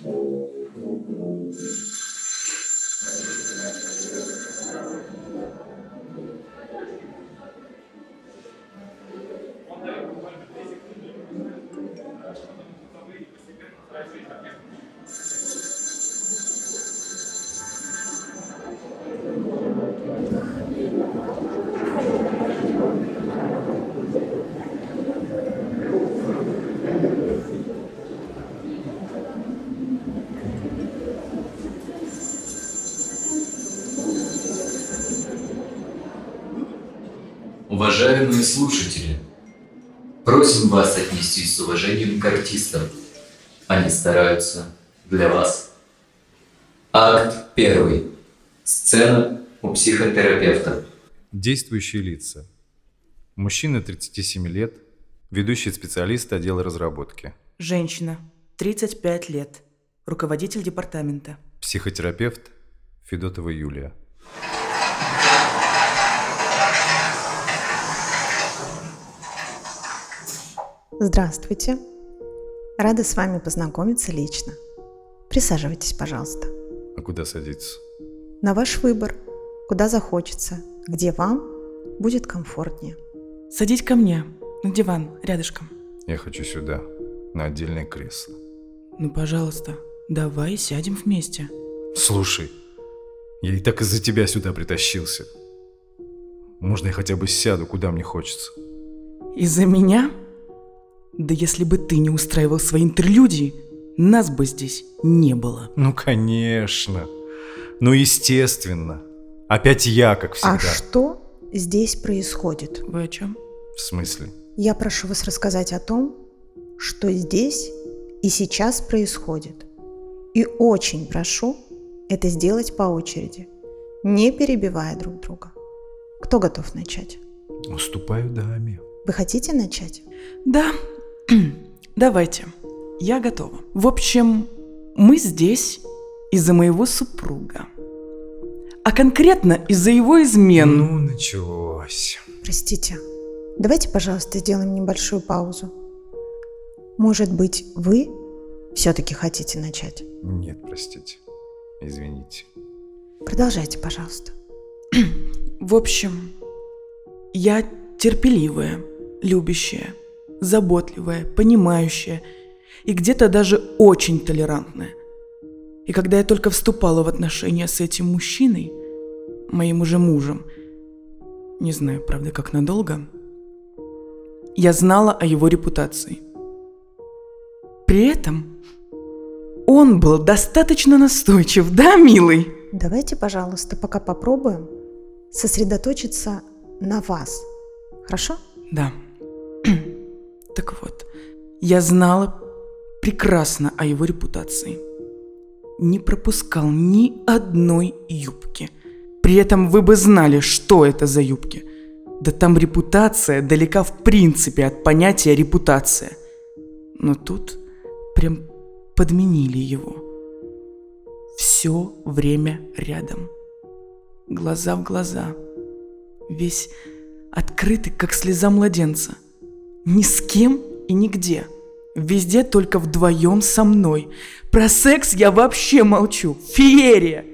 Уважаемые слушатели, просим вас отнестись с уважением к артистам. Они стараются для вас. Акт 1. Сцена у психотерапевта. Действующие лица. Мужчина 37 лет, ведущий специалист отдела разработки. Женщина 35 лет, руководитель департамента. Психотерапевт Федотова Юлия. Здравствуйте. Рада с вами познакомиться лично. Присаживайтесь, пожалуйста. А куда садиться? На ваш выбор, куда захочется, где вам будет комфортнее. Садись ко мне, на диван, рядышком. Я хочу сюда, на отдельное кресло. Ну, пожалуйста, давай сядем вместе. Слушай, я и так из-за тебя сюда притащился. Можно я хотя бы сяду, куда мне хочется? Из-за меня? Да если бы ты не устраивал свои интерлюдии, нас бы здесь не было. Ну, конечно. Ну, естественно. Опять я, как всегда. А что здесь происходит? Вы о чем? В смысле? Я прошу вас рассказать о том, что здесь и сейчас происходит. И очень прошу это сделать по очереди, не перебивая друг друга. Кто готов начать? Уступаю даме. Вы хотите начать? Да, давайте. Я готова. В общем, мы здесь из-за моего супруга. А конкретно из-за его измен. Ну, началось. Простите, давайте, пожалуйста, сделаем небольшую паузу. Может быть, вы все-таки хотите начать? Нет, простите. Извините. Продолжайте, пожалуйста. В общем, я терпеливая, любящая, заботливая, понимающая и где-то даже очень толерантная. И когда я только вступала в отношения с этим мужчиной, моим уже мужем, не знаю, правда, как надолго, я знала о его репутации. При этом он был достаточно настойчив, да, милый? Давайте, пожалуйста, пока попробуем сосредоточиться на вас. Хорошо? Да. Так вот, я знала прекрасно о его репутации. Не пропускал ни одной юбки. При этом вы бы знали, что это за юбки. Да там репутация далека в принципе от понятия репутация. Но тут прям подменили его. Все время рядом. Глаза в глаза. Весь открытый, как слеза младенца. Ни с кем и нигде. Везде только вдвоем со мной. Про секс я вообще молчу. Феерия!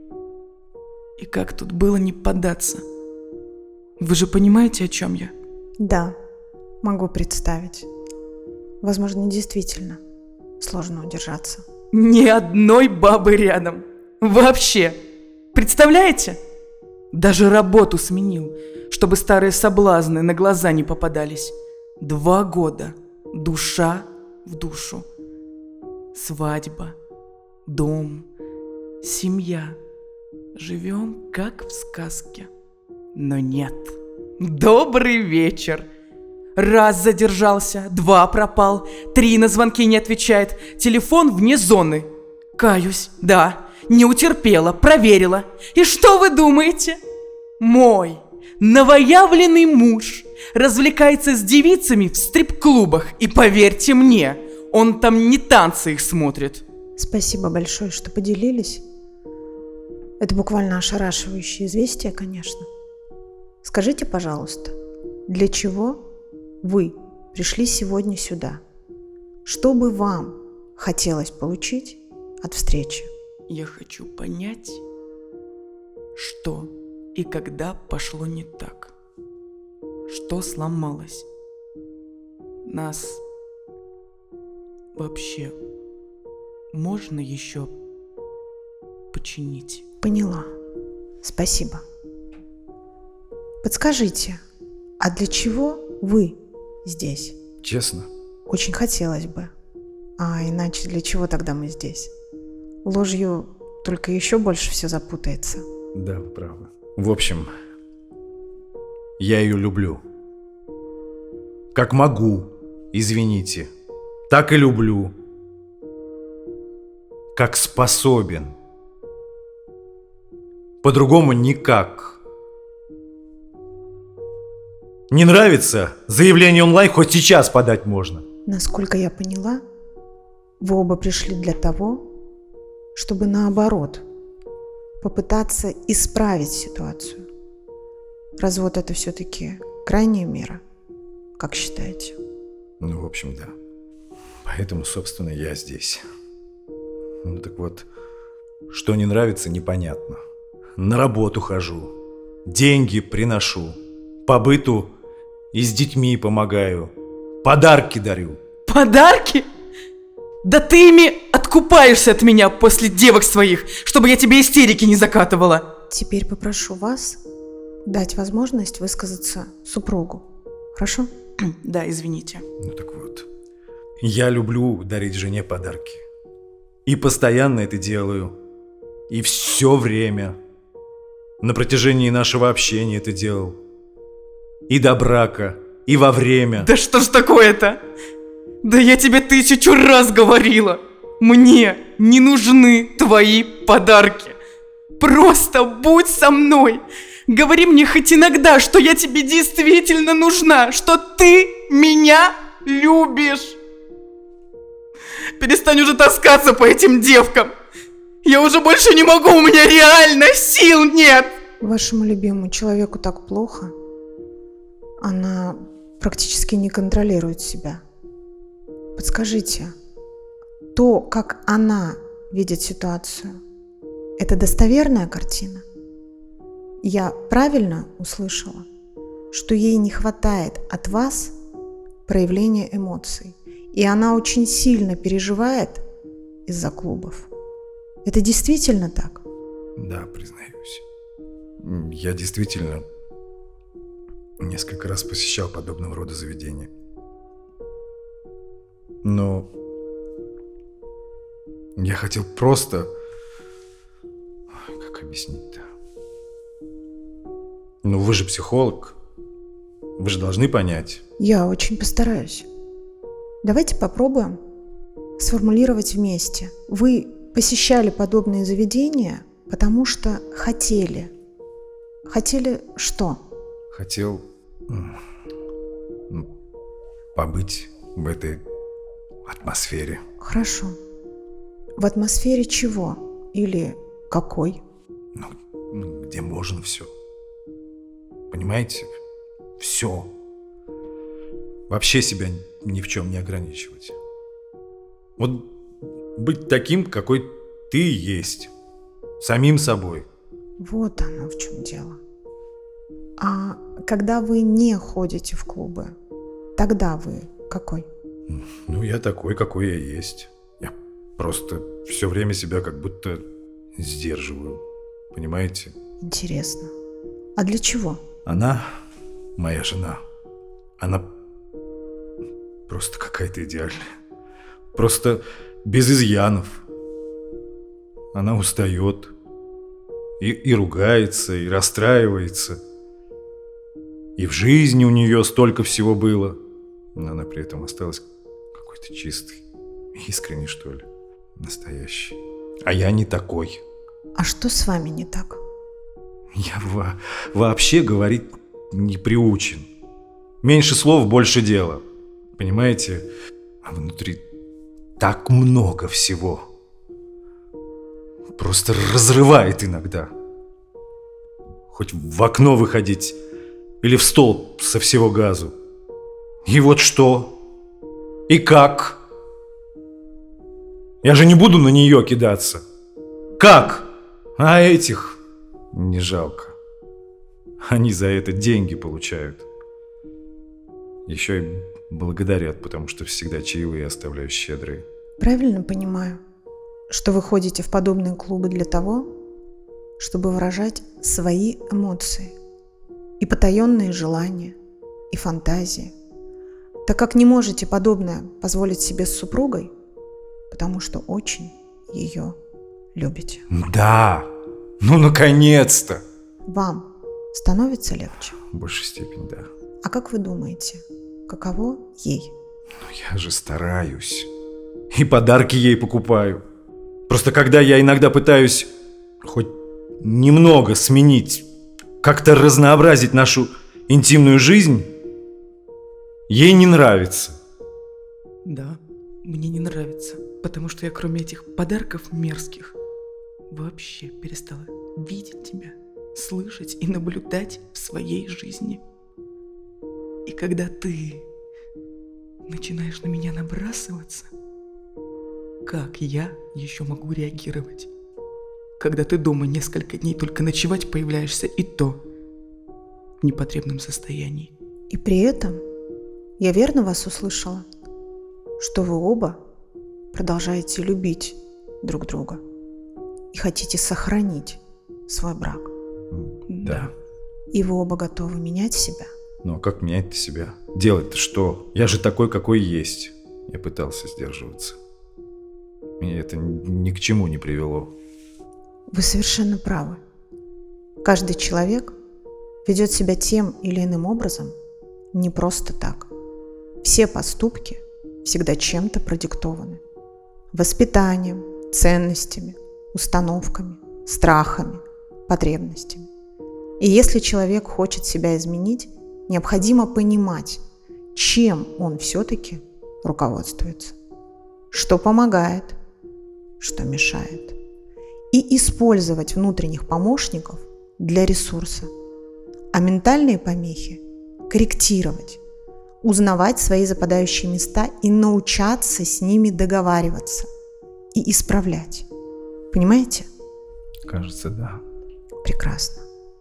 И как тут было не поддаться? Вы же понимаете, о чем я? Да, могу представить. Возможно, действительно сложно удержаться. Ни одной бабы рядом. Вообще. Представляете? Даже работу сменил, чтобы старые соблазны на глаза не попадались. 2 года. Душа в душу. Свадьба. Дом. Семья. Живем, как в сказке. Но нет. Добрый вечер. 1 задержался, 2 пропал, 3 на звонки не отвечает, телефон вне зоны. Каюсь, да, не утерпела, проверила. И что вы думаете? Мой новоявленный муж развлекается с девицами в стрип-клубах. И поверьте мне, он там не танцы их смотрит. Спасибо большое, что поделились. Это буквально ошарашивающее известие, конечно. Скажите, пожалуйста, для чего вы пришли сегодня сюда? Что бы вам хотелось получить от встречи. Я хочу понять, что и когда пошло не так. Что сломалось. Нас вообще можно еще починить? Поняла. Спасибо. Подскажите, а для чего вы здесь? Честно? Очень хотелось бы. А иначе для чего тогда мы здесь? Ложью только еще больше все запутается. Да, вы правы. В общем, я ее люблю. Как могу, извините. Так и люблю. Как способен. По-другому никак. Не нравится? Заявление онлайн хоть сейчас подать можно. Насколько я поняла, вы оба пришли для того, чтобы наоборот попытаться исправить ситуацию. Развод — это все-таки крайняя мера, как считаете? Ну, в общем, да. Поэтому, собственно, я здесь. Ну, так вот, что не нравится, непонятно. На работу хожу, деньги приношу, по быту и с детьми помогаю, подарки дарю. Подарки? Да ты ими откупаешься от меня после девок своих, чтобы я тебе истерики не закатывала. Теперь попрошу вас дать возможность высказаться супругу. Хорошо? Да, извините. Ну так вот, я люблю дарить жене подарки. И постоянно это делаю. И все время. На протяжении нашего общения это делал. И до брака, и во время. Да что ж такое-то? Да я тебе 1000 раз говорила. Мне не нужны твои подарки. Просто будь со мной. Говори мне хоть иногда, что я тебе действительно нужна, что ты меня любишь. Перестань уже таскаться по этим девкам. Я уже больше не могу, у меня реально сил нет. Вашему любимому человеку так плохо. Она практически не контролирует себя. Подскажите, то, как она видит ситуацию, это достоверная картина? Я правильно услышала, что ей не хватает от вас проявления эмоций, и она очень сильно переживает из-за клубов. Это действительно так? Да, признаюсь. Я действительно несколько раз посещал подобного рода заведения. Но я хотел просто... Как объяснить-то? Ну, вы же психолог. Вы же должны понять. Я очень постараюсь. Давайте попробуем сформулировать вместе. Вы посещали подобные заведения, потому что хотели. Хотели что? Хотел побыть в этой атмосфере. Хорошо. В атмосфере чего? Или какой? Ну, где можно все. Понимаете? Все. Вообще себя ни в чем не ограничивать. Вот быть таким, какой ты есть. Самим собой. Вот оно в чем дело. А когда вы не ходите в клубы, тогда вы какой? Ну, я такой, какой я есть. Я просто все время себя как будто сдерживаю. Понимаете? Интересно. А для чего? Она, моя жена, она просто какая-то идеальная. Просто без изъянов. Она устает. И ругается, и расстраивается. И в жизни у нее столько всего было. Но она при этом осталась какой-то чистой, искренней, что ли. Настоящий. А я не такой. А что с вами не так? Я вообще говорить не приучен. Меньше слов, больше дела. Понимаете? А внутри так много всего. Просто разрывает иногда. Хоть в окно выходить или в стол со всего газу. И вот что? И как? Я же не буду на нее кидаться. Как? А этих не жалко. Они за это деньги получают. Еще и благодарят, потому что всегда чаевые оставляю щедрые. Правильно понимаю, что вы ходите в подобные клубы для того, чтобы выражать свои эмоции и потаенные желания, и фантазии, так как не можете подобное позволить себе с супругой, потому что очень ее любите. Да, ну наконец-то! Вам становится легче? В большей степени, да. А как вы думаете, каково ей? Ну я же стараюсь. И подарки ей покупаю. Просто когда я иногда пытаюсь хоть немного сменить, как-то разнообразить нашу интимную жизнь, ей не нравится. Да, мне не нравится, потому что я кроме этих подарков мерзких вообще перестала видеть тебя, слышать и наблюдать в своей жизни. И когда ты начинаешь на меня набрасываться, как я еще могу реагировать? Когда ты дома несколько дней только ночевать появляешься, и то в непотребном состоянии. И при этом я верно вас услышала, что вы оба продолжаете любить друг друга и хотите сохранить свой брак. Да. И вы оба готовы менять себя. Ну а как менять-то себя? Делать-то что? Я же такой, какой есть. Я пытался сдерживаться. Меня это ни к чему не привело. Вы совершенно правы. Каждый человек ведет себя тем или иным образом не просто так. Все поступки всегда чем-то продиктованы. Воспитанием, ценностями, установками, страхами, потребностями. И если человек хочет себя изменить, необходимо понимать, чем он все-таки руководствуется, что помогает, что мешает, и использовать внутренних помощников для ресурса, а ментальные помехи корректировать, узнавать свои западающие места и научаться с ними договариваться и исправлять. Понимаете? Кажется, да. Прекрасно.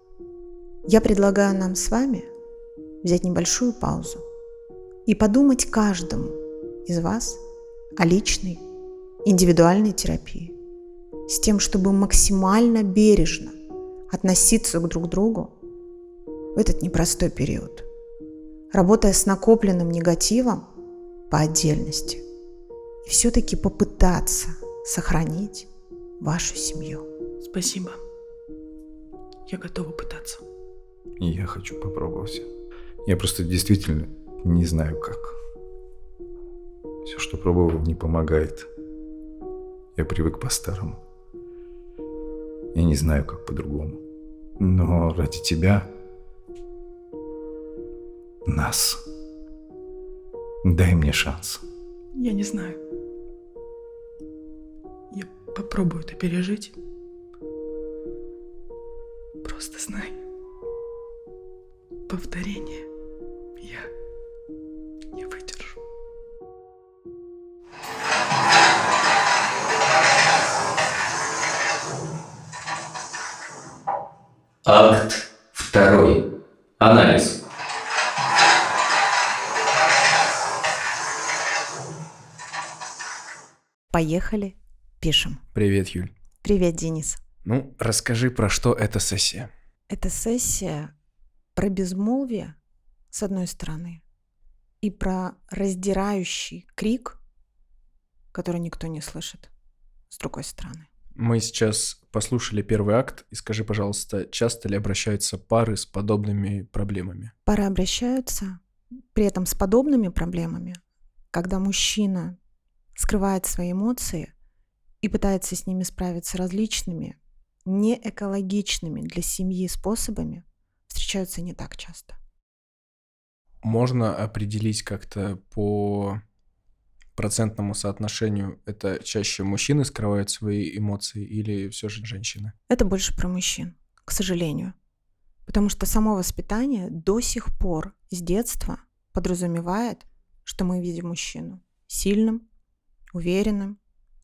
Я предлагаю нам с вами взять небольшую паузу и подумать каждому из вас о личной, индивидуальной терапии, с тем, чтобы максимально бережно относиться друг к другу в этот непростой период, работая с накопленным негативом по отдельности и все-таки попытаться сохранить вашу семью. Спасибо. Я готова пытаться. И я хочу попробовать. Я просто действительно не знаю как. Все, что пробовал, не помогает. Я привык по-старому. Я не знаю, как по-другому. Но ради тебя, нас, дай мне шанс. Я не знаю. Я попробую это пережить. Просто знай. Повторение я не выдержу. Акт 2. Анализ. Поехали, пишем. Привет, Юль. Привет, Денис. Ну, расскажи, про что эта сессия. Это сессия про безмолвие, с одной стороны, и про раздирающий крик, который никто не слышит, с другой стороны. Мы сейчас послушали первый акт, и скажи, пожалуйста, часто ли обращаются пары с подобными проблемами? Пары обращаются, при этом с подобными проблемами, когда мужчина скрывает свои эмоции и пытается с ними справиться различными, неэкологичными для семьи способами, встречаются не так часто. Можно определить как-то по процентному соотношению, это чаще мужчины скрывают свои эмоции или все же женщины? Это больше про мужчин, к сожалению. Потому что само воспитание до сих пор с детства подразумевает, что мы видим мужчину сильным, уверенным,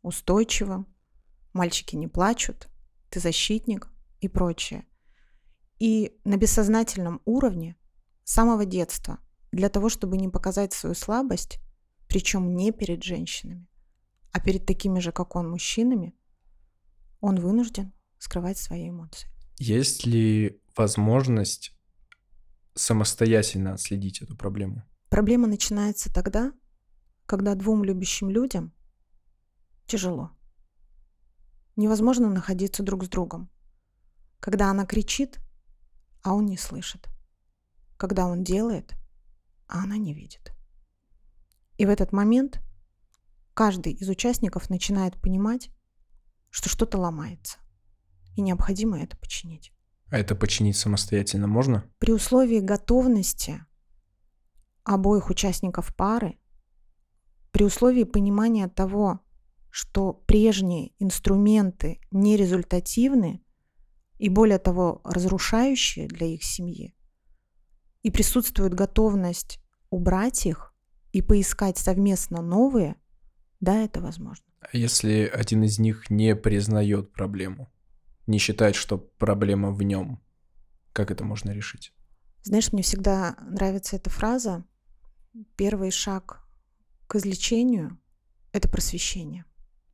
устойчивым, мальчики не плачут, ты защитник и прочее. И на бессознательном уровне с самого детства для того, чтобы не показать свою слабость, причем не перед женщинами, а перед такими же, как он, мужчинами, он вынужден скрывать свои эмоции. Есть ли возможность самостоятельно отследить эту проблему? Проблема начинается тогда, когда двум любящим людям тяжело. Невозможно находиться друг с другом. Когда она кричит, а он не слышит. Когда он делает, а она не видит. И в этот момент каждый из участников начинает понимать, что что-то ломается. И необходимо это починить. А это починить самостоятельно можно? При условии готовности обоих участников пары, при условии понимания того, что прежние инструменты нерезультативны и, более того, разрушающие для их семьи, и присутствует готовность убрать их и поискать совместно новые, да, это возможно. А если один из них не признает проблему, не считает, что проблема в нем, как это можно решить? Знаешь, мне всегда нравится эта фраза. Первый шаг к излечению – это просвещение.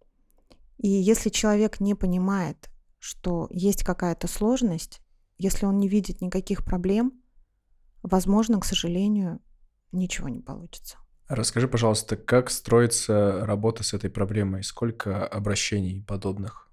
И если человек не понимает, что есть какая-то сложность, если он не видит никаких проблем, возможно, к сожалению, ничего не получится. Расскажи, пожалуйста, как строится работа с этой проблемой? Сколько обращений подобных,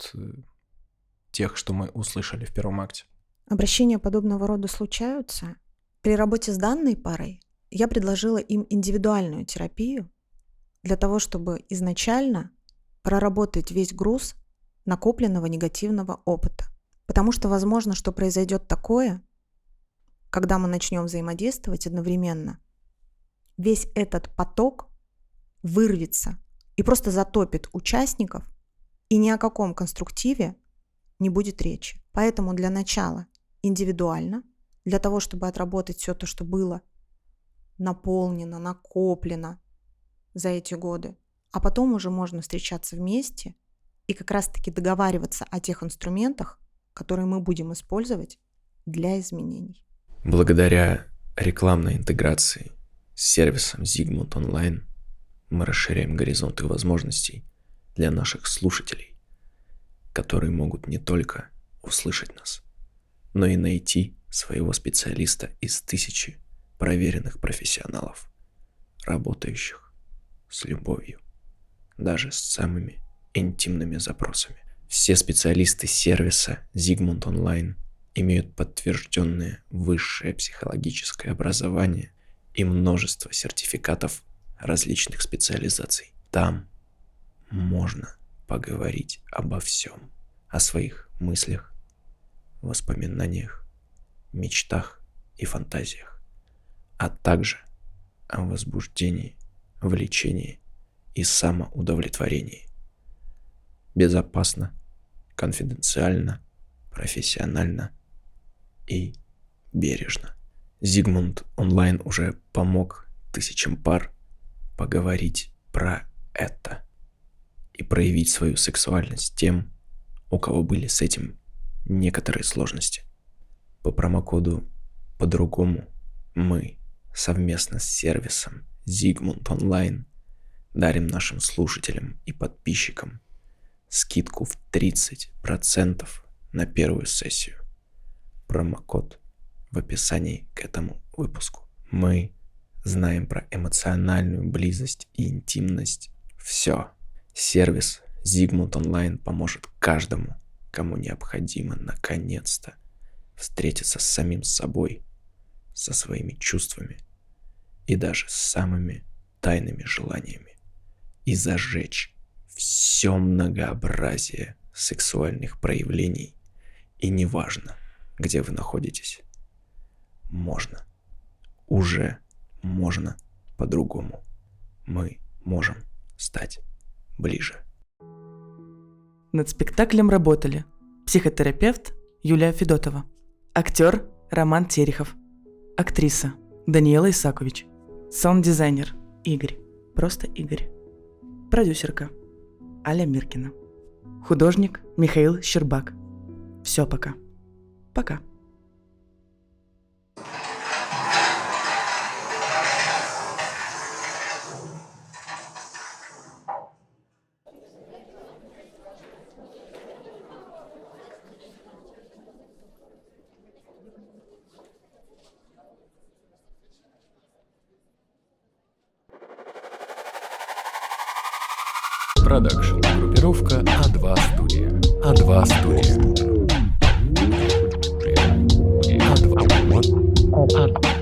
тех, что мы услышали в первом акте? Обращения подобного рода случаются. При работе с данной парой я предложила им индивидуальную терапию для того, чтобы изначально проработать весь груз накопленного негативного опыта. Потому что возможно, что произойдет такое, когда мы начнем взаимодействовать одновременно, весь этот поток вырвется и просто затопит участников, и ни о каком конструктиве не будет речи. Поэтому для начала индивидуально, для того, чтобы отработать все то, что было наполнено, накоплено за эти годы, а потом уже можно встречаться вместе и как раз-таки договариваться о тех инструментах, которые мы будем использовать для изменений. Благодаря рекламной интеграции с сервисом Zigmund Online мы расширяем горизонты возможностей для наших слушателей, которые могут не только услышать нас, но и найти своего специалиста из 1000 проверенных профессионалов, работающих с любовью, даже с самыми интимными запросами. Все специалисты сервиса Zigmund Online имеют подтвержденное высшее психологическое образование и множество сертификатов различных специализаций. Там можно поговорить обо всем, о своих мыслях, воспоминаниях, мечтах и фантазиях, а также о возбуждении, влечении и самоудовлетворении. Безопасно, конфиденциально, профессионально и бережно. Zigmund Online уже помог 1000 пар поговорить про это и проявить свою сексуальность тем, у кого были с этим некоторые сложности. По промокоду «По-другому» мы совместно с сервисом Zigmund Online дарим нашим слушателям и подписчикам скидку в 30% на первую сессию. Промокод в описании к этому выпуску. Мы знаем про эмоциональную близость и интимность все. Сервис Zigmund Online поможет каждому, кому необходимо наконец-то встретиться с самим собой, со своими чувствами и даже с самыми тайными желаниями и зажечь все многообразие сексуальных проявлений. И неважно, где вы находитесь, можно, уже можно по-другому. Мы можем стать ближе. Над спектаклем работали психотерапевт Юлия Федотова, актер Роман Терехов, актриса Даниэла Исакович, саунд-дизайнер Игорь, просто Игорь, продюсерка Аля Миркина. Художник Михаил Щербак. Все, пока. Пока. Продакшн. Группировка А2 Студия. А2 Студия. А2.